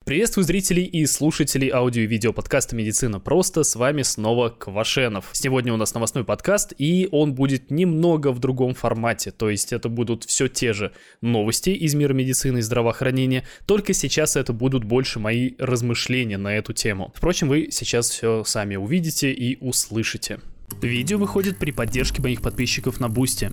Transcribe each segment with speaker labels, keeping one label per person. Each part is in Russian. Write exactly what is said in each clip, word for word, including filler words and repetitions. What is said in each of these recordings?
Speaker 1: Приветствую зрителей и слушателей аудио- и видеоподкаста «Медицина просто», с вами снова Квашенов. Сегодня у нас новостной подкаст, и он будет немного в другом формате, то есть это будут все те же новости из мира медицины и здравоохранения, только сейчас это будут больше мои размышления на эту тему. Впрочем, вы сейчас все сами увидите и услышите. Видео выходит при поддержке моих подписчиков на Бусти.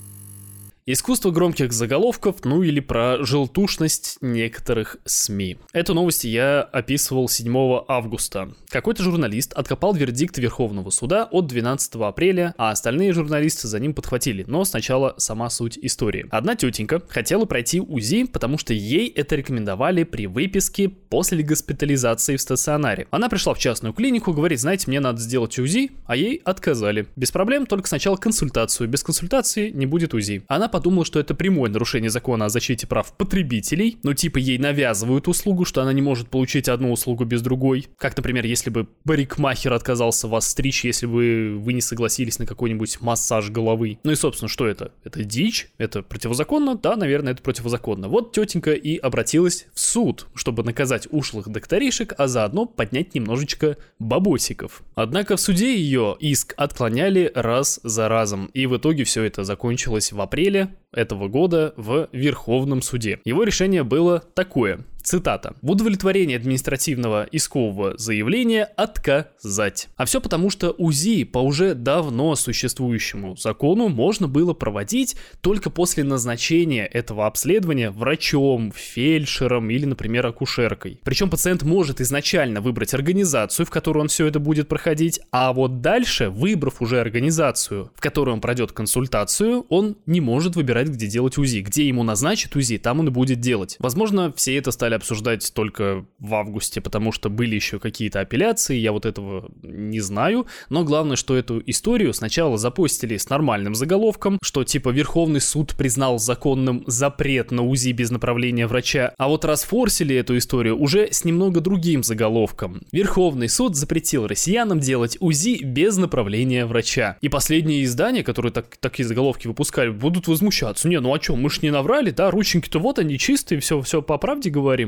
Speaker 1: Искусство громких заголовков, ну или про желтушность некоторых СМИ. Эту новость я описывал седьмого августа. Какой-то журналист откопал вердикт Верховного суда от двенадцатого апреля, а остальные журналисты за ним подхватили. Но сначала сама суть истории. Одна тетенька хотела пройти УЗИ, потому что ей это рекомендовали при выписке после госпитализации в стационаре. Она пришла в частную клинику, говорит: знаете, мне надо сделать УЗИ, а ей отказали. Без проблем, только сначала консультацию. Без консультации не будет УЗИ. Она подумала, что это прямое нарушение закона о защите прав потребителей. Ну, типа, ей навязывают услугу, что она не может получить одну услугу без другой. Как, например, если бы парикмахер отказался вас стричь, если бы вы не согласились на какой-нибудь массаж головы. Ну и, собственно, что это? Это дичь? Это противозаконно? Да, наверное, это противозаконно. Вот тетенька и обратилась в суд, чтобы наказать ушлых докторишек, а заодно поднять немножечко бабосиков. Однако в суде ее иск отклоняли раз за разом. И в итоге все это закончилось в апреле этого года в Верховном суде. Его решение было такое. Цитата. «В удовлетворении административного искового заявления отказать». А все потому, что УЗИ по уже давно существующему закону можно было проводить только после назначения этого обследования врачом, фельдшером или, например, акушеркой. Причем пациент может изначально выбрать организацию, в которой он все это будет проходить, а вот дальше, выбрав уже организацию, в которой он пройдет консультацию, он не может выбирать, где делать УЗИ. Где ему назначат УЗИ, там он и будет делать. Возможно, все это стали обсуждать только в августе, потому что были еще какие-то апелляции, я вот этого не знаю, но главное, что эту историю сначала запостили с нормальным заголовком, что типа Верховный суд признал законным запрет на УЗИ без направления врача, а вот расфорсили эту историю уже с немного другим заголовком. Верховный суд запретил россиянам делать УЗИ без направления врача. И последние издания, которые так, такие заголовки выпускали, будут возмущаться. Не, ну а что, мы ж не наврали, да, рученьки-то вот они чистые, все, все по правде говорим.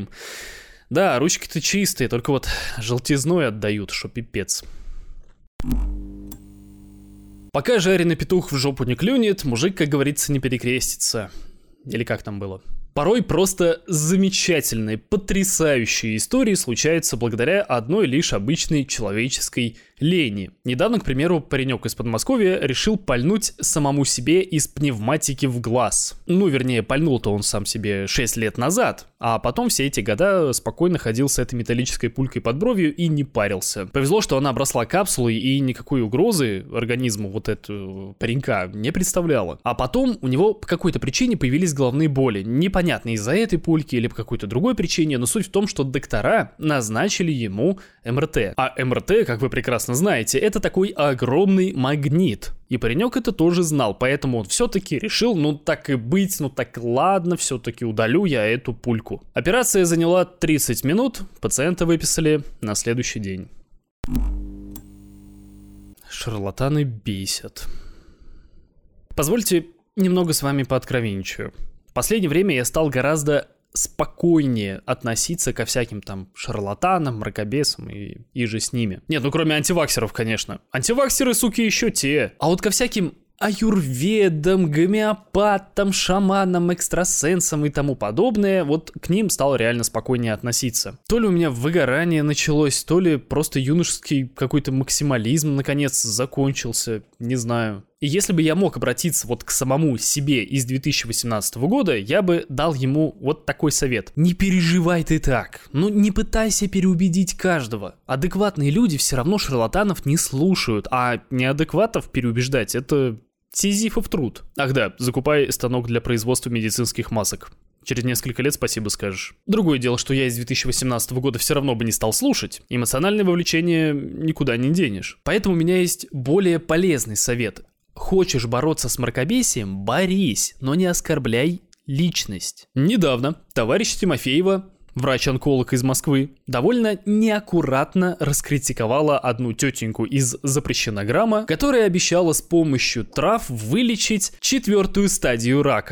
Speaker 1: Да, ручки-то чистые, только вот желтизной отдают, шо пипец. Пока жареный петух в жопу не клюнет, мужик, как говорится, не перекрестится. Или как там было? Порой просто замечательные, потрясающие истории случаются благодаря одной лишь обычной человеческой лени. Недавно, к примеру, паренек из Подмосковья решил пальнуть самому себе из пневматики в глаз. Ну, вернее, пальнул-то он сам себе шесть лет назад, а потом все эти года спокойно ходил с этой металлической пулькой под бровью и не парился. Повезло, что она обросла капсулой и никакой угрозы организму вот этого паренька не представляла. А потом у него по какой-то причине появились головные боли. Непонятно, из-за этой пульки или по какой-то другой причине, но суть в том, что доктора назначили ему эм эр тэ. А эм эр тэ, как вы прекрасно знаете, это такой огромный магнит. И паренек это тоже знал, поэтому он все-таки решил, ну так и быть, ну так ладно, все-таки удалю я эту пульку. Операция заняла тридцать минут, пациента выписали на следующий день. Шарлатаны бесят. Позвольте немного с вами пооткровенничаю. В последнее время я стал гораздо спокойнее относиться ко всяким там шарлатанам, мракобесам и, и же с ними. Нет, ну кроме антиваксеров, конечно. Антиваксеры, суки, еще те. А вот ко всяким аюрведам, гомеопатам, шаманам, экстрасенсам и тому подобное, вот к ним стал реально спокойнее относиться. То ли у меня выгорание началось, то ли просто юношеский какой-то максимализм наконец закончился, не знаю. И если бы я мог обратиться вот к самому себе из две тысячи восемнадцатого года, я бы дал ему вот такой совет. Не переживай ты так. Ну, не пытайся переубедить каждого. Адекватные люди все равно шарлатанов не слушают, а неадекватов переубеждать — это сизифов труд. Ах да, закупай станок для производства медицинских масок. Через несколько лет спасибо скажешь. Другое дело, что я из две тысячи восемнадцатого года все равно бы не стал слушать. Эмоциональное вовлечение никуда не денешь. Поэтому у меня есть более полезный совет. Хочешь бороться с мракобесием – борись, но не оскорбляй личность. Недавно товарищ Тимофеева, врач-онколог из Москвы, довольно неаккуратно раскритиковала одну тетеньку из запрещенограмма, которая обещала с помощью трав вылечить четвертую стадию рака.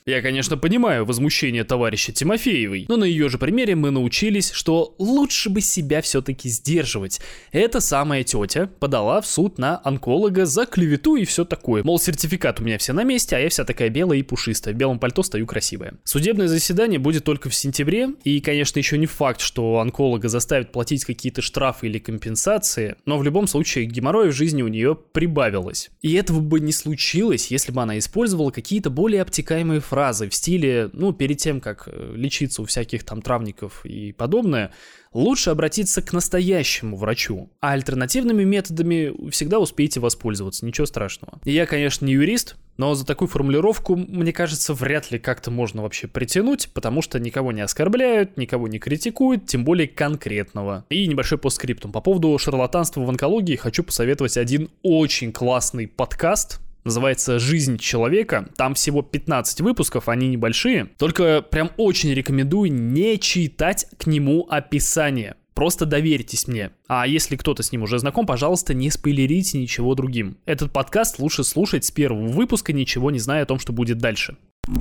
Speaker 1: Я, конечно, понимаю возмущение товарища Тимофеевой, но на ее же примере мы научились, что лучше бы себя все-таки сдерживать. Эта самая тетя подала в суд на онколога за клевету и все такое. Мол, сертификат у меня все на месте, а я вся такая белая и пушистая. В белом пальто стою красивая. Судебное заседание будет только в сентябре, и, конечно, еще не факт, что онколога заставят платить какие-то штрафы или компенсации, но в любом случае геморроя в жизни у нее прибавилось. И этого бы не случилось, если бы она использовала какие-то более обтекаемые фразы в стиле, ну, перед тем, как лечиться у всяких там травников и подобное, лучше обратиться к настоящему врачу. А альтернативными методами всегда успеете воспользоваться, ничего страшного. И я, конечно, не юрист, но за такую формулировку, мне кажется, вряд ли как-то можно вообще притянуть, потому что никого не оскорбляют, никого не критикуют, тем более конкретного. И небольшой постскриптум. По поводу шарлатанства в онкологии хочу посоветовать один очень классный подкаст. Называется «Жизнь человека». Там всего пятнадцать выпусков, они небольшие. Только прям очень рекомендую не читать к нему описание. Просто доверьтесь мне. А если кто-то с ним уже знаком, пожалуйста, не спойлерите ничего другим. Этот подкаст лучше слушать с первого выпуска, ничего не зная о том, что будет дальше.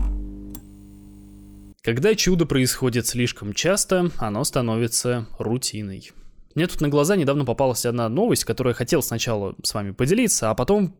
Speaker 1: Когда чудо происходит слишком часто, оно становится рутиной. Мне тут на глаза недавно попалась одна новость, которую я хотел сначала с вами поделиться, а потом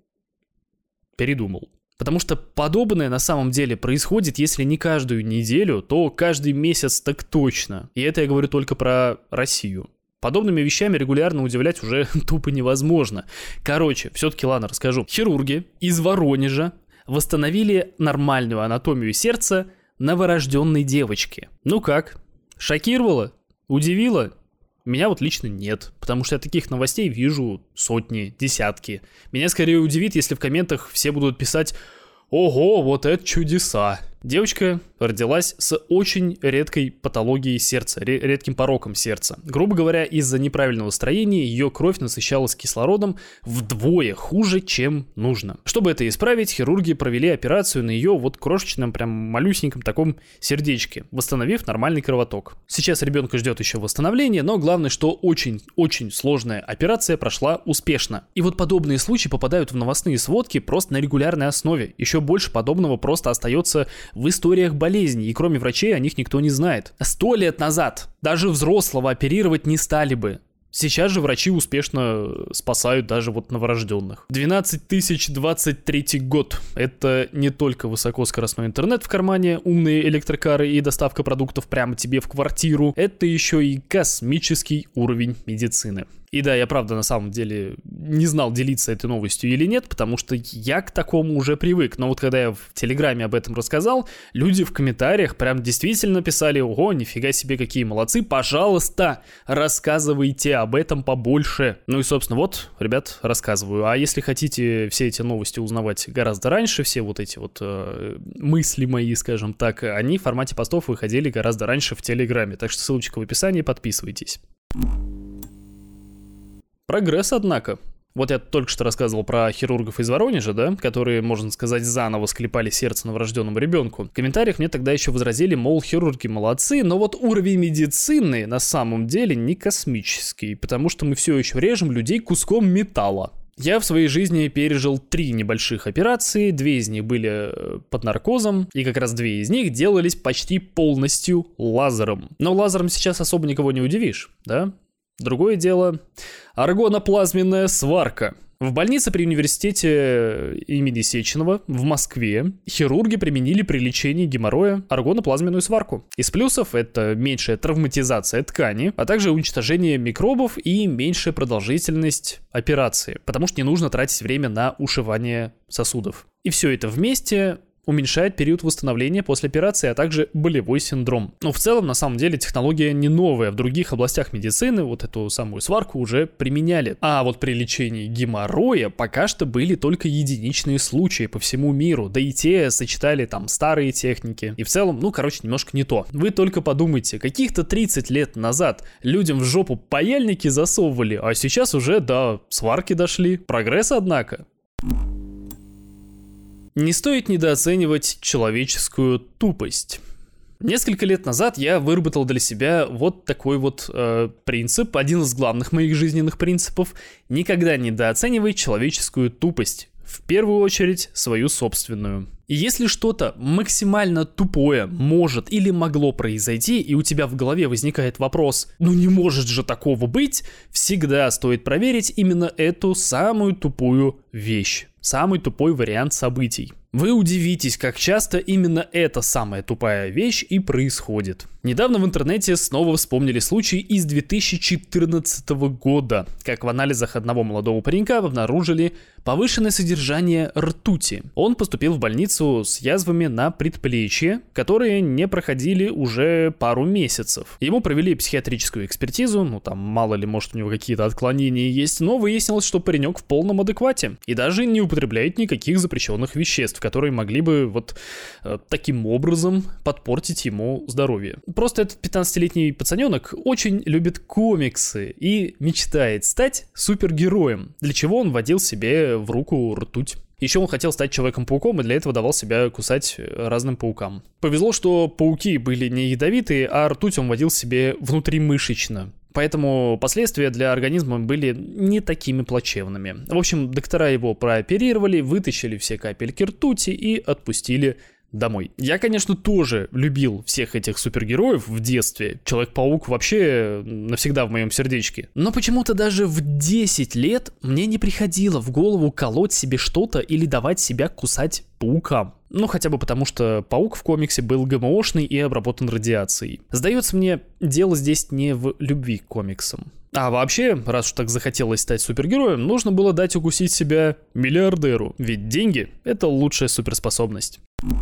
Speaker 1: передумал. Потому что подобное на самом деле происходит, если не каждую неделю, то каждый месяц так точно. И это я говорю только про Россию. Подобными вещами регулярно удивлять уже тупо невозможно. Короче, все-таки ладно, расскажу. Хирурги из Воронежа восстановили нормальную анатомию сердца новорожденной девочки. Ну как? Шокировало? Удивило? Меня вот лично нет, потому что я таких новостей вижу сотни, десятки. Меня скорее удивит, если в комментах все будут писать «Ого, вот это чудеса!». Девочка родилась с очень редкой патологией сердца, редким пороком сердца. Грубо говоря, из-за неправильного строения ее кровь насыщалась кислородом вдвое хуже, чем нужно. Чтобы это исправить, хирурги провели операцию на ее вот крошечном, прям малюсеньком таком сердечке, восстановив нормальный кровоток. Сейчас ребенка ждет еще восстановление, но главное, что очень-очень сложная операция прошла успешно. И вот подобные случаи попадают в новостные сводки просто на регулярной основе. Еще больше подобного просто остается в историях болезней, и кроме врачей о них никто не знает. Сто лет назад даже взрослого оперировать не стали бы. Сейчас же врачи успешно спасают даже вот новорожденных. двенадцать тысяч двадцать третий год. Это не только высокоскоростной интернет в кармане, умные электрокары и доставка продуктов прямо тебе в квартиру. Это еще и космический уровень медицины. И да, я правда на самом деле не знал, делиться этой новостью или нет, потому что я к такому уже привык. Но вот когда я в Телеграме об этом рассказал, люди в комментариях прям действительно писали: ого, нифига себе, какие молодцы, пожалуйста, рассказывайте об этом побольше. Ну и, собственно, вот, ребят, рассказываю. А если хотите все эти новости узнавать гораздо раньше, все вот эти вот э, мысли мои, скажем так, они в формате постов выходили гораздо раньше в Телеграме. Так что ссылочка в описании, подписывайтесь. Прогресс, однако. Вот я только что рассказывал про хирургов из Воронежа, да, которые, можно сказать, заново склепали сердце новорожденному ребенку. В комментариях мне тогда еще возразили, мол, хирурги молодцы, но вот уровень медицины на самом деле не космический, потому что мы все еще режем людей куском металла. Я в своей жизни пережил три небольших операции, две из них были под наркозом, и как раз две из них делались почти полностью лазером. Но лазером сейчас особо никого не удивишь, да? Другое дело – аргоноплазменная сварка. В больнице при университете имени Сеченова в Москве хирурги применили при лечении геморроя аргоноплазменную сварку. Из плюсов – это меньшая травматизация ткани, а также уничтожение микробов и меньшая продолжительность операции, потому что не нужно тратить время на ушивание сосудов. И все это вместе уменьшает период восстановления после операции, а также болевой синдром. Но в целом, на самом деле, технология не новая. В других областях медицины вот эту самую сварку уже применяли. А вот при лечении геморроя пока что были только единичные случаи по всему миру. Да и те сочетали там старые техники. И в целом, ну, короче, немножко не то. Вы только подумайте, каких-то тридцать лет назад людям в жопу паяльники засовывали, а сейчас уже до сварки дошли. Прогресс, однако. Не стоит недооценивать человеческую тупость. Несколько лет назад я выработал для себя вот такой вот э, принцип, один из главных моих жизненных принципов: никогда недооценивай человеческую тупость. В первую очередь, свою собственную. И если что-то максимально тупое может или могло произойти, и у тебя в голове возникает вопрос, ну не может же такого быть, всегда стоит проверить именно эту самую тупую вещь, самый тупой вариант событий. Вы удивитесь, как часто именно эта самая тупая вещь и происходит. Недавно в интернете снова вспомнили случай из две тысячи четырнадцатого года, как в анализах одного молодого паренька обнаружили повышенное содержание ртути. Он поступил в больницу с язвами на предплечье, которые не проходили уже пару месяцев. Ему провели психиатрическую экспертизу, ну там мало ли, может у него какие-то отклонения есть, но выяснилось, что паренек в полном адеквате и даже не употребляет никаких запрещенных веществ, которые могли бы вот э, таким образом подпортить ему здоровье. Просто этот пятнадцатилетний пацаненок очень любит комиксы и мечтает стать супергероем, для чего он вводил себе в руку ртуть. Еще он хотел стать Человеком-пауком и для этого давал себя кусать разным паукам. Повезло, что пауки были не ядовитые, а ртуть он вводил себе внутримышечно. Поэтому последствия для организма были не такими плачевными. В общем, доктора его прооперировали, вытащили все капельки ртути и отпустили домой. Я, конечно, тоже любил всех этих супергероев в детстве. Человек-паук вообще навсегда в моем сердечке. Но почему-то даже в десять лет мне не приходило в голову колоть себе что-то или давать себя кусать паукам. Ну, хотя бы потому, что паук в комиксе был ГМОшный и обработан радиацией. Сдается мне, дело здесь не в любви к комиксам. А вообще, раз уж так захотелось стать супергероем, нужно было дать укусить себя миллиардеру. Ведь деньги — это лучшая суперспособность.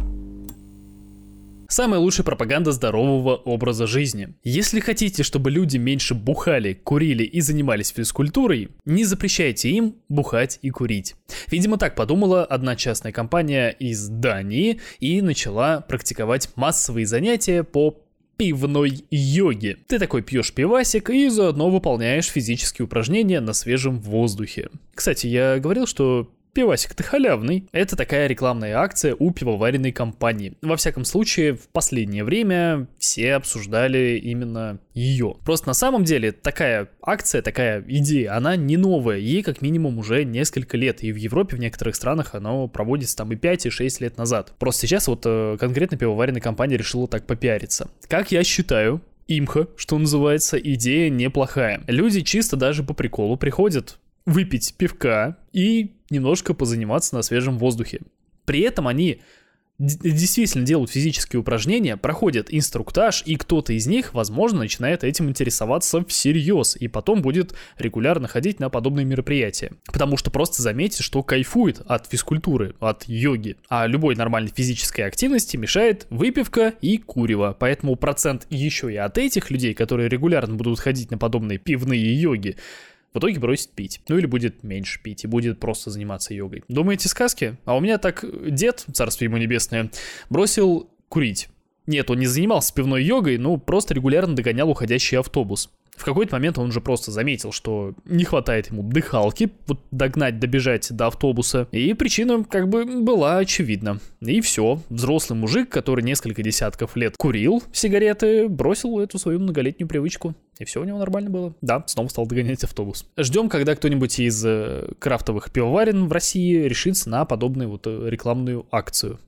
Speaker 1: Самая лучшая пропаганда здорового образа жизни. Если хотите, чтобы люди меньше бухали, курили и занимались физкультурой, не запрещайте им бухать и курить. Видимо, так подумала одна частная компания из Дании и начала практиковать массовые занятия по пивной йоге. Ты такой пьешь пивасик и заодно выполняешь физические упражнения на свежем воздухе. Кстати, я говорил, что пивасик-то халявный. Это такая рекламная акция у пивоваренной компании. Во всяком случае, в последнее время все обсуждали именно ее. Просто на самом деле такая акция, такая идея, она не новая. Ей как минимум уже несколько лет. И в Европе, в некоторых странах оно проводится там и пять, и шесть лет назад. Просто сейчас вот конкретно пивоваренная компания решила так попиариться. Как я считаю, имха, что называется, идея неплохая. Люди чисто даже по приколу приходят выпить пивка и немножко позаниматься на свежем воздухе. При этом они действительно делают физические упражнения, проходят инструктаж, и кто-то из них, возможно, начинает этим интересоваться всерьез, и потом будет регулярно ходить на подобные мероприятия. Потому что просто заметьте, что кайфует от физкультуры, от йоги. А любой нормальной физической активности мешает выпивка и курево. Поэтому процент еще и от этих людей, которые регулярно будут ходить на подобные пивные йоги, в итоге бросит пить. Ну или будет меньше пить и будет просто заниматься йогой. Думаете, сказки? А у меня так дед, царствие ему небесное, бросил курить. Нет, он не занимался пивной йогой, ну просто регулярно догонял уходящий автобус. В какой-то момент он уже просто заметил, что не хватает ему дыхалки, вот догнать, добежать до автобуса. И причина как бы была очевидна. И все, взрослый мужик, который несколько десятков лет курил сигареты, бросил эту свою многолетнюю привычку. И все у него нормально было. Да, снова стал догонять автобус. Ждем, когда кто-нибудь из э, крафтовых пивоварен в России решится на подобную вот э, рекламную акцию.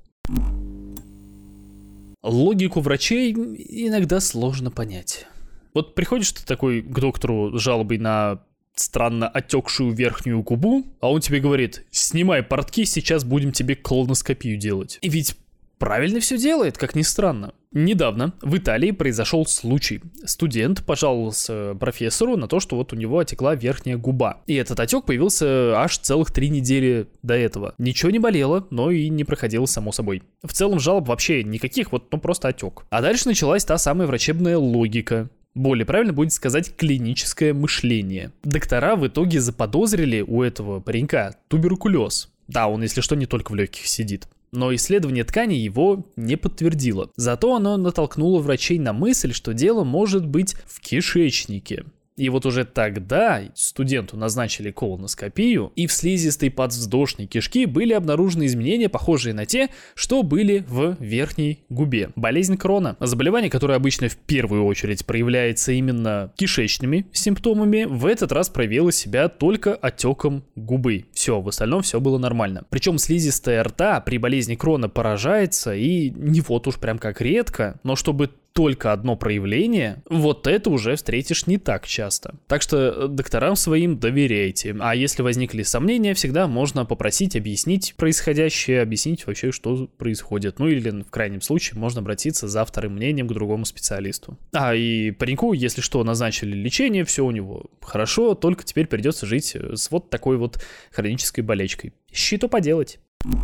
Speaker 1: Логику врачей иногда сложно понять. Вот приходишь ты такой к доктору с жалобой на странно отекшую верхнюю губу, а он тебе говорит: снимай портки, сейчас будем тебе колоноскопию делать. И ведь правильно все делает, как ни странно. Недавно в Италии произошел случай. Студент пожаловался профессору на то, что вот у него отекла верхняя губа. И этот отек появился аж целых три недели до этого. Ничего не болело, но и не проходило само собой. В целом жалоб вообще никаких, вот ну просто отек. А дальше началась та самая врачебная логика. Более правильно будет сказать клиническое мышление. Доктора в итоге заподозрили у этого паренька туберкулез. Да, он, если что, не только в легких сидит. Но исследование ткани его не подтвердило. Зато оно натолкнуло врачей на мысль, что дело может быть в кишечнике. И вот уже тогда студенту назначили колоноскопию, и в слизистой подвздошной кишки были обнаружены изменения, похожие на те, что были в верхней губе. Болезнь Крона. Заболевание, которое обычно в первую очередь проявляется именно кишечными симптомами, в этот раз проявило себя только отеком губы. Все, в остальном все было нормально. Причем слизистая рта при болезни Крона поражается, и не вот уж прям как редко, но чтобы только одно проявление, вот это уже встретишь не так часто. Так что докторам своим доверяйте. А если возникли сомнения, всегда можно попросить объяснить происходящее, объяснить вообще, что происходит. Ну или в крайнем случае можно обратиться за вторым мнением к другому специалисту. А и пареньку, если что, назначили лечение, все у него хорошо, только теперь придется жить с вот такой вот хронической болячкой. Что поделать?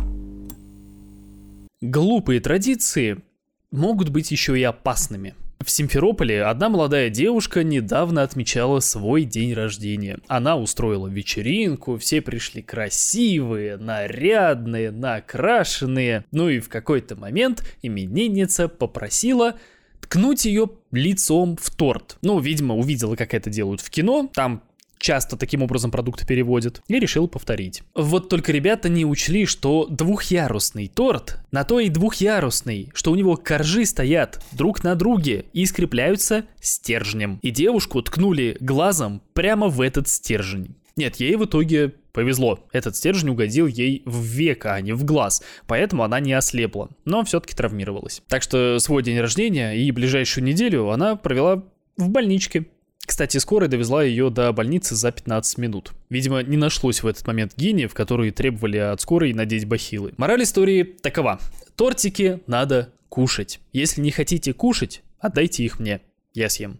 Speaker 1: Глупые традиции могут быть еще и опасными. В Симферополе одна молодая девушка недавно отмечала свой день рождения. Она устроила вечеринку, все пришли красивые, нарядные, накрашенные. Ну и в какой-то момент именинница попросила ткнуть ее лицом в торт. Ну, видимо, увидела, как это делают в кино. Там часто таким образом продукты переводят, и решил повторить. Вот только ребята не учли, что двухъярусный торт на то и двухъярусный, что у него коржи стоят друг на друге и скрепляются стержнем. И девушку ткнули глазом прямо в этот стержень. Нет, ей в итоге повезло. Этот стержень угодил ей в веко, а не в глаз, поэтому она не ослепла, но все-таки травмировалась. Так что свой день рождения и ближайшую неделю она провела в больничке. Кстати, скорая довезла ее до больницы за пятнадцать минут. Видимо, не нашлось в этот момент гениев, которые требовали от скорой надеть бахилы. Мораль истории такова. Тортики надо кушать. Если не хотите кушать, отдайте их мне. Я съем.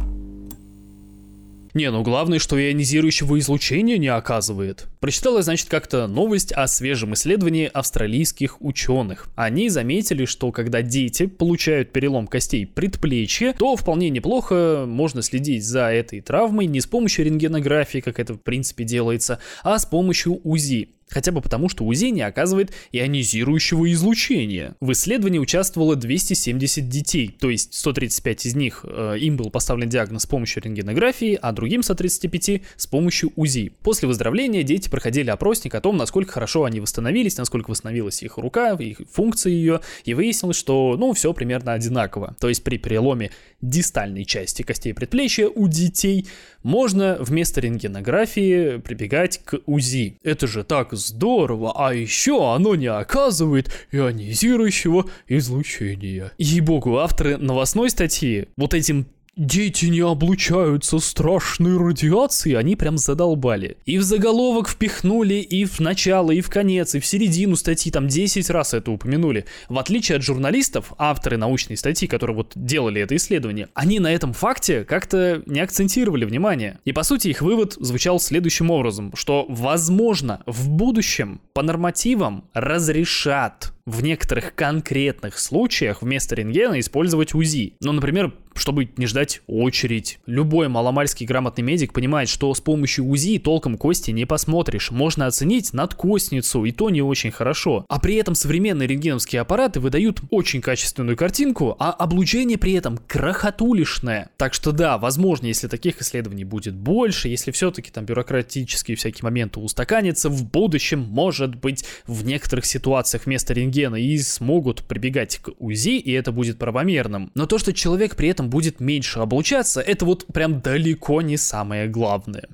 Speaker 1: Не, ну главное, что ионизирующего излучения не оказывает. Прочитала, значит, как-то новость о свежем исследовании австралийских ученых. Они заметили, что когда дети получают перелом костей предплечья, то вполне неплохо можно следить за этой травмой не с помощью рентгенографии, как это в принципе делается, а с помощью УЗИ. Хотя бы потому, что УЗИ не оказывает ионизирующего излучения. В исследовании участвовало двести семьдесят детей, то есть сто тридцать пять из них э, им был поставлен диагноз с помощью рентгенографии, а другим сто тридцать пять с помощью УЗИ. После выздоровления дети проходили опросник о том, насколько хорошо они восстановились, насколько восстановилась их рука, их функция ее, и выяснилось, что, ну, все примерно одинаково. То есть при переломе дистальной части костей предплечья у детей можно вместо рентгенографии прибегать к УЗИ. Это же так здорово, а еще оно не оказывает ионизирующего излучения. Ей-богу, авторы новостной статьи вот этим «дети не облучаются страшной радиацией», они прям задолбали. И в заголовок впихнули, и в начало, и в конец, и в середину статьи, там десять раз это упомянули. В отличие от журналистов, авторы научной статьи, которые вот делали это исследование, они на этом факте как-то не акцентировали внимание. И по сути их вывод звучал следующим образом, что возможно в будущем по нормативам разрешат в некоторых конкретных случаях вместо рентгена использовать УЗИ. Ну, например, чтобы не ждать очередь. Любой маломальский грамотный медик понимает, что с помощью УЗИ толком кости не посмотришь. Можно оценить надкостницу, и то не очень хорошо. А при этом современные рентгеновские аппараты выдают очень качественную картинку, а облучение при этом крохотулишное. Так что да, возможно, если таких исследований будет больше, если все-таки там бюрократические всякие моменты устаканятся, в будущем, может быть, в некоторых ситуациях вместо рентгена и смогут прибегать к УЗИ, и это будет правомерным. Но то, что человек при этом будет меньше облучаться, это вот прям далеко не самое главное.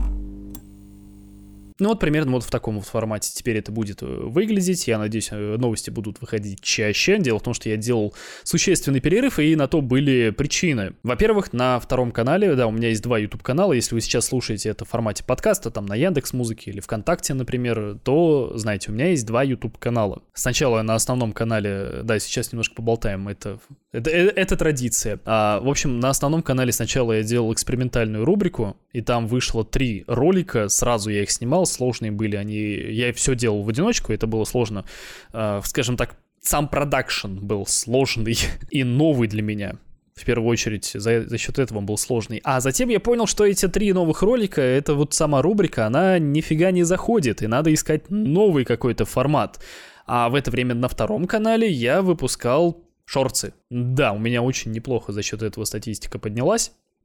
Speaker 1: Ну вот примерно вот в таком вот формате теперь это будет выглядеть. Я надеюсь, новости будут выходить чаще. Дело в том, что я делал существенный перерыв, и на то были причины. Во-первых, на втором канале, да, у меня есть два YouTube-канала. Если вы сейчас слушаете это в формате подкаста, там на Яндекс.Музыке или ВКонтакте, например, то, знаете, у меня есть два YouTube-канала. Сначала на основном канале, да, сейчас немножко поболтаем, это... Это, это, это традиция. А, в общем, на основном канале сначала я делал экспериментальную рубрику, и там вышло три ролика, сразу я их снимал, сложные были они, я все делал в одиночку, это было сложно, а, скажем так, сам продакшн был сложный и новый для меня. В первую очередь, за, за счет этого он был сложный. А затем я понял, что эти три новых ролика, это вот сама рубрика, она нифига не заходит, и надо искать новый какой-то формат. А в это время на втором канале я выпускал шорцы. Да, у меня очень неплохо за счет этого статистика поднялась.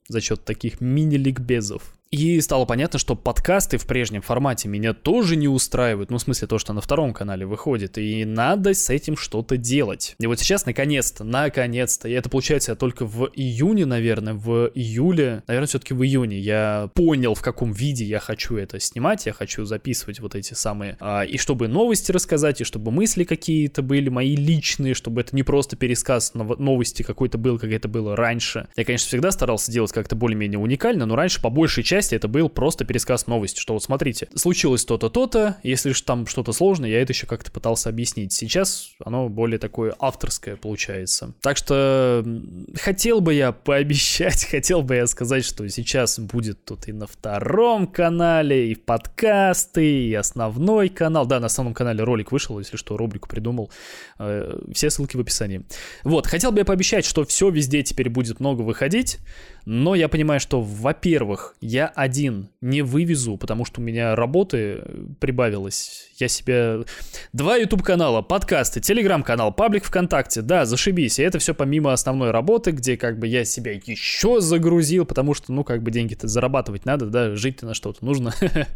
Speaker 1: за счет таких мини-ликбезов. И стало понятно, что подкасты в прежнем формате меня тоже не устраивают. Ну, в смысле, то, что на втором канале выходит. И надо с этим что-то делать. И вот сейчас, наконец-то, наконец-то, и это получается только в июне, наверное, в июле, наверное, все-таки в июне я понял, в каком виде я хочу это снимать. Я хочу записывать вот эти самые... А, и чтобы новости рассказать, и чтобы мысли какие-то были мои личные, чтобы это не просто пересказ новости какой-то был, как это было раньше. Я, конечно, всегда старался делать как-то более-менее уникально, но раньше по большей части это был просто пересказ новости, что вот смотрите, случилось то-то, то-то, если там что-то сложное, я это еще как-то пытался объяснить. Сейчас оно более такое авторское получается. Так что хотел бы я пообещать, хотел бы я сказать, что сейчас будет тут и на втором канале, и подкасты, и основной канал. Да, на основном канале ролик вышел, если что, рубрику придумал. Все ссылки в описании. Вот, хотел бы я пообещать, что все везде теперь будет много выходить, но я понимаю, что, во-первых, я один не вывезу, потому что у меня работы прибавилось. Я себе... Два YouTube-канала, подкасты, Telegram-канал, паблик ВКонтакте. Да, зашибись. И это все помимо основной работы, где как бы я себя еще загрузил, потому что, ну, как бы деньги-то зарабатывать надо, да, жить-то на что-то нужно.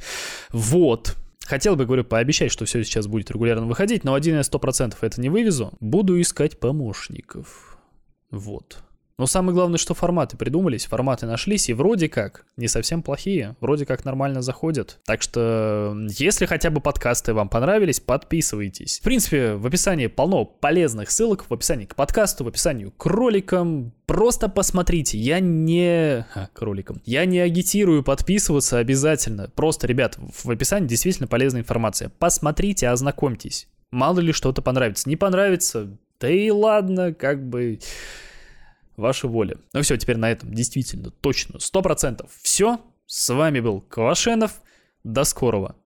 Speaker 1: Вот. Хотел бы, говорю, пообещать, что все сейчас будет регулярно выходить, но один я сто процентов это не вывезу. Буду искать помощников. Вот. Но самое главное, что форматы придумались, форматы нашлись, и вроде как не совсем плохие, вроде как нормально заходят. Так что, если хотя бы подкасты вам понравились, подписывайтесь. В принципе, в описании полно полезных ссылок, в описании к подкасту, в описании к роликам. Просто посмотрите, я не... А, к роликам. Я не агитирую подписываться обязательно. Просто, ребят, в описании действительно полезная информация. Посмотрите, ознакомьтесь. Мало ли что-то понравится. Не понравится, да и ладно, как бы... Ваша воля. Ну все, теперь на этом действительно, точно, сто процентов все. С вами был Квашенов. До скорого.